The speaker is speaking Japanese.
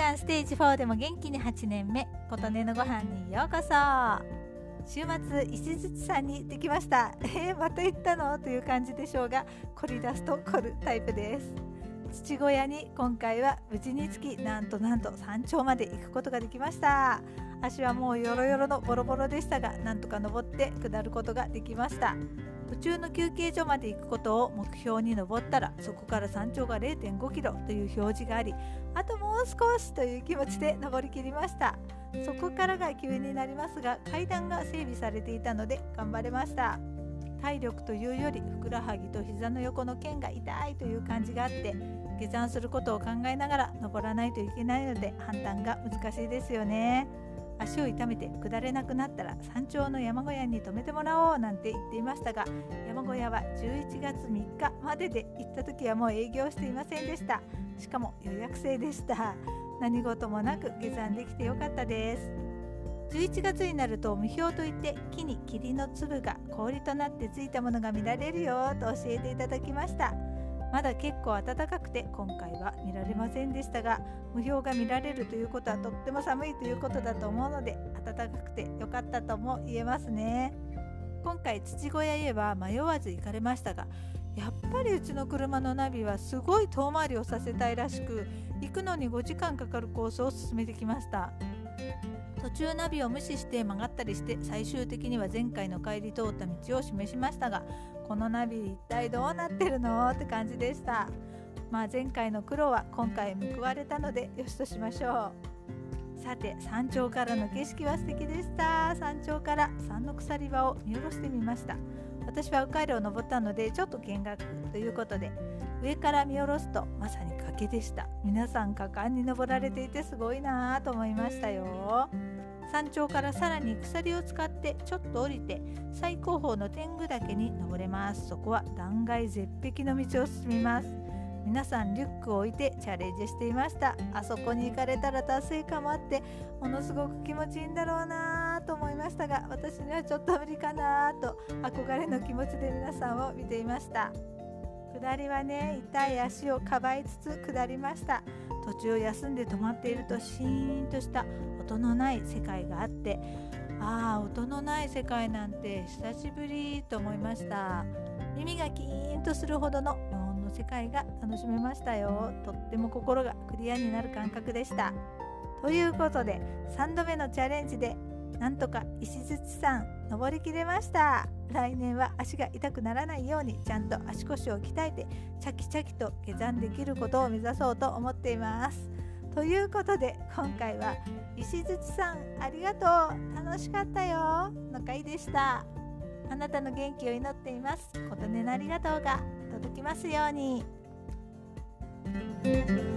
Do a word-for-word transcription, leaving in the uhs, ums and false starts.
さんステージフォーでも元気にはちねんめ、琴音のご飯にようこそ。週末石槌さんに行ってきました。えー、また行ったのという感じでしょうが、凝り出すと凝るタイプです。土小屋に今回は無事に着き、なんとなんと山頂まで行くことができました。足はもうヨロヨロのボロボロでしたが、なんとか登って下ることができました。途中の休憩所まで行くことを目標に登ったら、そこから山頂が れいてんごキロという表示があり、あともう少しという気持ちで登りきりました。そこからが急になりますが、階段が整備されていたので頑張れました。体力というよりふくらはぎと膝の横の腱が痛いという感じがあって、下山することを考えながら登らないといけないので判断が難しいですよね。足を痛めて下れなくなったら山頂の山小屋に泊めてもらおうなんて言っていましたが、山小屋はじゅういちがつみっかまでで、行った時はもう営業していませんでした。しかも予約制でした。何事もなく下山できてよかったです。じゅういちがつになると霧氷といって、木に霧の粒が氷となってついたものが見られるよと教えていただきました。まだ結構暖かくて今回は見られませんでしたが、霧氷が見られるということはとっても寒いということだと思うので、暖かくてよかったとも言えますね。今回土小屋へは迷わず行かれましたが、やっぱりうちの車のナビはすごい遠回りをさせたいらしく、行くのにごじかんかかるコースを進めてきました。途中ナビを無視して曲がったりして、最終的には前回の帰り通った道を示しましたが、このナビ一体どうなってるのって感じでした。まあ前回の苦労は今回報われたのでよしとしましょう。さて、山頂からの景色は素敵でした。山頂から山の鎖場を見下ろしてみました。私は迂回路を登ったのでちょっと見学ということで、上から見下ろすとまさに崖でした。皆さん果敢に登られていてすごいなと思いましたよ。山頂からさらに鎖を使ってちょっと降りて、最高峰の天狗岳に登れます。そこは断崖絶壁の道を進みます。皆さんリュックを置いてチャレンジしていました。あそこに行かれたら達成感もあって、ものすごく気持ちいいんだろうなと思いましたが、私にはちょっと無理かなと憧れの気持ちで皆さんを見ていました。下りはね、痛い足をかばいつつ下りました。途中休んで止まっているとシーンとした音のない世界があって、ああ、音のない世界なんて久しぶりと思いました。耳がキーンとするほどの無音の世界が楽しめましたよ。とっても心がクリアになる感覚でした。ということでさんどめのチャレンジでなんとか石槌山登りきれました。来年は足が痛くならないようにちゃんと足腰を鍛えてチャキチャキと下山できることを目指そうと思っています。ということで今回は石槌さんありがとう、楽しかったよの回でした。あなたの元気を祈っています。琴音のありがとうが届きますように。